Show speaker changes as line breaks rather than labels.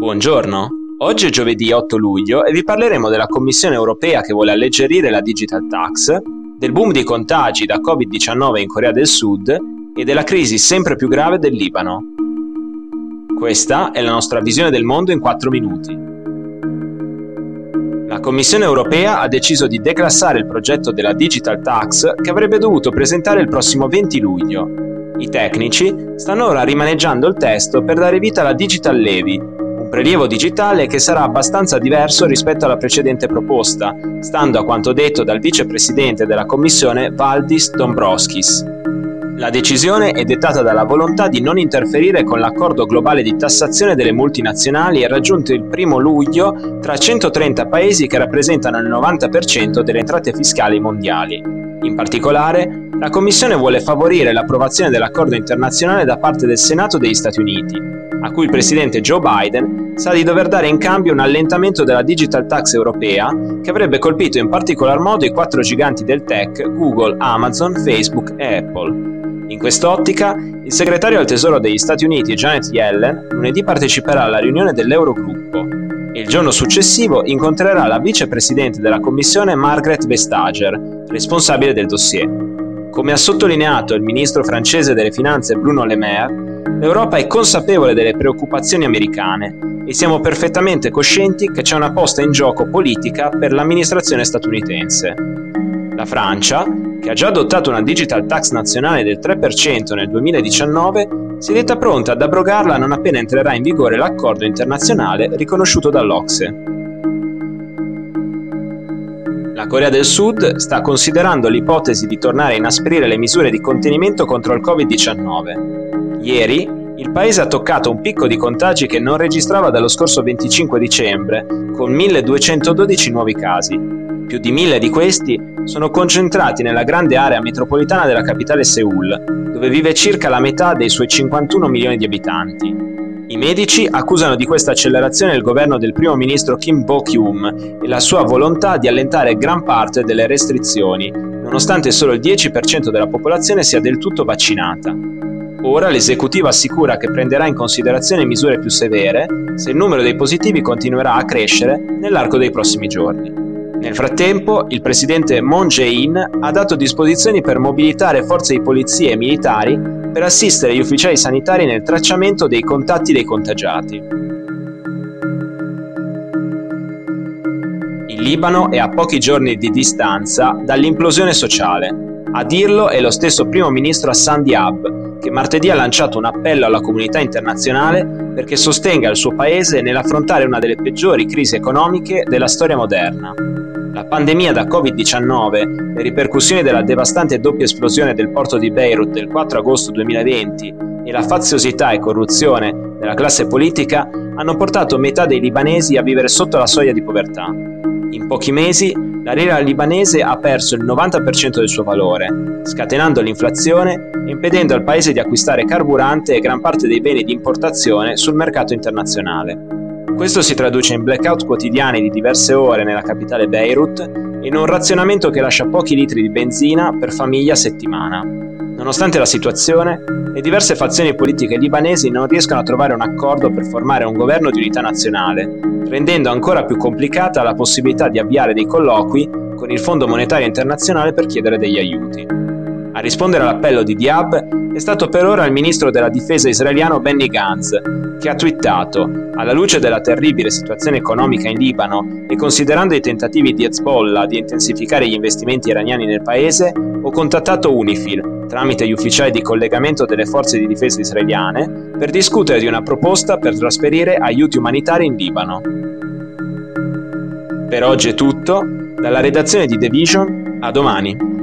Buongiorno, oggi è giovedì 8 luglio e vi parleremo della Commissione europea che vuole alleggerire la Digital Tax, del boom di contagi da Covid-19 in Corea del Sud e della crisi sempre più grave del Libano. Questa è la nostra visione del mondo in 4 minuti. La Commissione europea ha deciso di declassare il progetto della Digital Tax che avrebbe dovuto presentare il prossimo 20 luglio. I tecnici stanno ora rimaneggiando il testo per dare vita alla Digital Levy, un prelievo digitale che sarà abbastanza diverso rispetto alla precedente proposta, stando a quanto detto dal vicepresidente della Commissione Valdis Dombrovskis. La decisione è dettata dalla volontà di non interferire con l'accordo globale di tassazione delle multinazionali raggiunto il 1 luglio tra 130 paesi che rappresentano il 90% delle entrate fiscali mondiali. In particolare, la Commissione vuole favorire l'approvazione dell'accordo internazionale da parte del Senato degli Stati Uniti, a cui il presidente Joe Biden sa di dover dare in cambio un allentamento della Digital Tax europea che avrebbe colpito in particolar modo i 4 giganti del tech Google, Amazon, Facebook e Apple. In quest'ottica, il segretario al Tesoro degli Stati Uniti Janet Yellen lunedì parteciperà alla riunione dell'Eurogruppo e il giorno successivo incontrerà la vicepresidente della Commissione Margrethe Vestager, responsabile del dossier. Come ha sottolineato il ministro francese delle finanze Bruno Le Maire, l'Europa è consapevole delle preoccupazioni americane e siamo perfettamente coscienti che c'è una posta in gioco politica per l'amministrazione statunitense. La Francia, che ha già adottato una digital tax nazionale del 3% nel 2019, si è detta pronta ad abrogarla non appena entrerà in vigore l'accordo internazionale riconosciuto dall'OCSE. La Corea del Sud sta considerando l'ipotesi di tornare a inasprire le misure di contenimento contro il Covid-19. Ieri, il paese ha toccato un picco di contagi che non registrava dallo scorso 25 dicembre, con 1212 nuovi casi. Più di 1000 di questi sono concentrati nella grande area metropolitana della capitale Seul, dove vive circa la metà dei suoi 51 milioni di abitanti. I medici accusano di questa accelerazione il governo del primo ministro Kim Bo-kyum e la sua volontà di allentare gran parte delle restrizioni, nonostante solo il 10% della popolazione sia del tutto vaccinata. Ora l'esecutivo assicura che prenderà in considerazione misure più severe se il numero dei positivi continuerà a crescere nell'arco dei prossimi giorni. Nel frattempo, il presidente Moon Jae-in ha dato disposizioni per mobilitare forze di polizia e militari per assistere gli ufficiali sanitari nel tracciamento dei contatti dei contagiati. Il Libano è a pochi giorni di distanza dall'implosione sociale. A dirlo è lo stesso primo ministro Hassan Diab, che martedì ha lanciato un appello alla comunità internazionale perché sostenga il suo paese nell'affrontare una delle peggiori crisi economiche della storia moderna. La pandemia da Covid-19, le ripercussioni della devastante doppia esplosione del porto di Beirut del 4 agosto 2020 e la faziosità e corruzione della classe politica hanno portato metà dei libanesi a vivere sotto la soglia di povertà. In pochi mesi, la lira libanese ha perso il 90% del suo valore, scatenando l'inflazione e impedendo al paese di acquistare carburante e gran parte dei beni di importazione sul mercato internazionale. Questo si traduce in blackout quotidiani di diverse ore nella capitale Beirut e in un razionamento che lascia pochi litri di benzina per famiglia a settimana. Nonostante la situazione, le diverse fazioni politiche libanesi non riescono a trovare un accordo per formare un governo di unità nazionale, rendendo ancora più complicata la possibilità di avviare dei colloqui con il Fondo Monetario Internazionale per chiedere degli aiuti. A rispondere all'appello di Diab è stato per ora il ministro della difesa israeliano Benny Gantz, che ha twittato: alla luce della terribile situazione economica in Libano e considerando i tentativi di Hezbollah di intensificare gli investimenti iraniani nel paese, ho contattato UNIFIL, tramite gli ufficiali di collegamento delle forze di difesa israeliane, per discutere di una proposta per trasferire aiuti umanitari in Libano. Per oggi è tutto, dalla redazione di The Vision, a domani.